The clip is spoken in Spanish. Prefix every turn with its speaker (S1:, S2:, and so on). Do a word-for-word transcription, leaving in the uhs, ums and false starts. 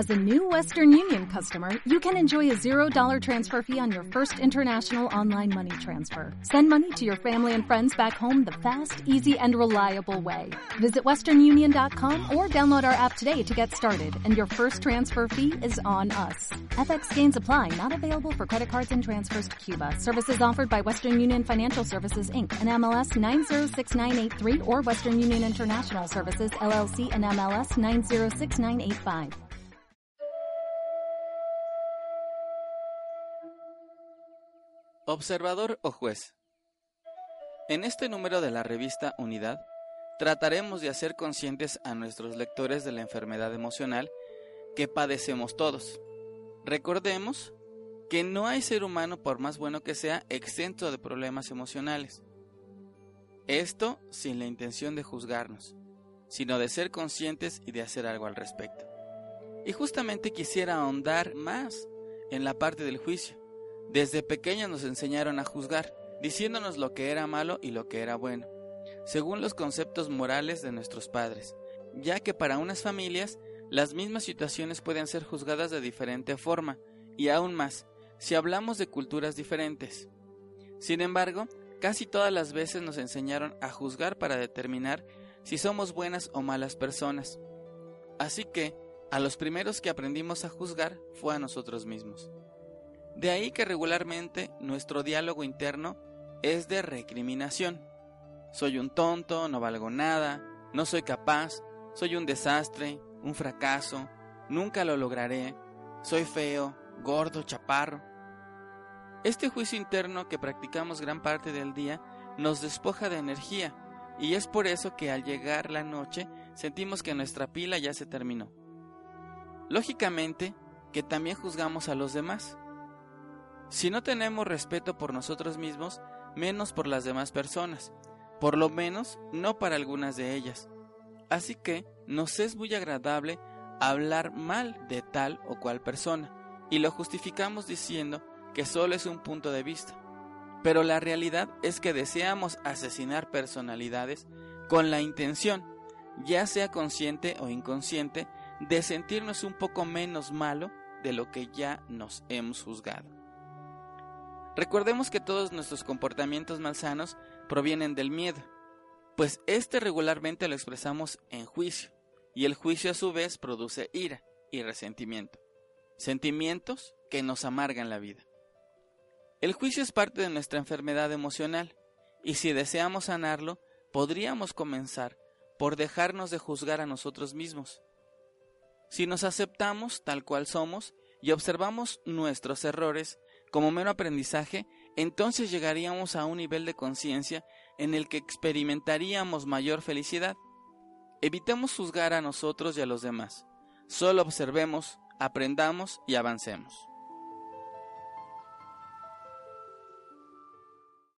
S1: As a new Western Union customer, you can enjoy a zero dollar transfer fee on your first international online money transfer. Send money to your family and friends back home the fast, easy, and reliable way. Visit western union dot com or download our app today to get started, and your first transfer fee is on us. F X gains apply, not available for credit cards and transfers to Cuba. Services offered by Western Union Financial Services, Incorporated, and M L S nine zero six nine eight three or Western Union International Services, L L C, and M L S nine zero six nine eight five.
S2: Observador o juez. En este número de la revista Unidad, trataremos de hacer conscientes a nuestros lectores de la enfermedad emocional que padecemos todos. Recordemos que no hay ser humano, por más bueno que sea, exento de problemas emocionales. Esto sin la intención de juzgarnos, sino de ser conscientes y de hacer algo al respecto. Y justamente quisiera ahondar más en la parte del juicio. Desde pequeños nos enseñaron a juzgar, diciéndonos lo que era malo y lo que era bueno, según los conceptos morales de nuestros padres, ya que para unas familias las mismas situaciones pueden ser juzgadas de diferente forma, y aún más, si hablamos de culturas diferentes. Sin embargo, casi todas las veces nos enseñaron a juzgar para determinar si somos buenas o malas personas. Así que, a los primeros que aprendimos a juzgar fue a nosotros mismos. De ahí que regularmente nuestro diálogo interno es de recriminación. Soy un tonto, no valgo nada, no soy capaz, soy un desastre, un fracaso, nunca lo lograré, soy feo, gordo, chaparro. Este juicio interno que practicamos gran parte del día nos despoja de energía, y es por eso que al llegar la noche sentimos que nuestra pila ya se terminó. Lógicamente que también juzgamos a los demás. Si no tenemos respeto por nosotros mismos, menos por las demás personas, por lo menos no para algunas de ellas. Así que nos es muy agradable hablar mal de tal o cual persona, y lo justificamos diciendo que solo es un punto de vista. Pero la realidad es que deseamos asesinar personalidades con la intención, ya sea consciente o inconsciente, de sentirnos un poco menos malo de lo que ya nos hemos juzgado. Recordemos que todos nuestros comportamientos malsanos provienen del miedo, pues este regularmente lo expresamos en juicio, y el juicio a su vez produce ira y resentimiento, sentimientos que nos amargan la vida. El juicio es parte de nuestra enfermedad emocional, y si deseamos sanarlo, podríamos comenzar por dejarnos de juzgar a nosotros mismos. Si nos aceptamos tal cual somos y observamos nuestros errores como mero aprendizaje, entonces llegaríamos a un nivel de conciencia en el que experimentaríamos mayor felicidad. Evitemos juzgar a nosotros y a los demás. Solo observemos, aprendamos y avancemos.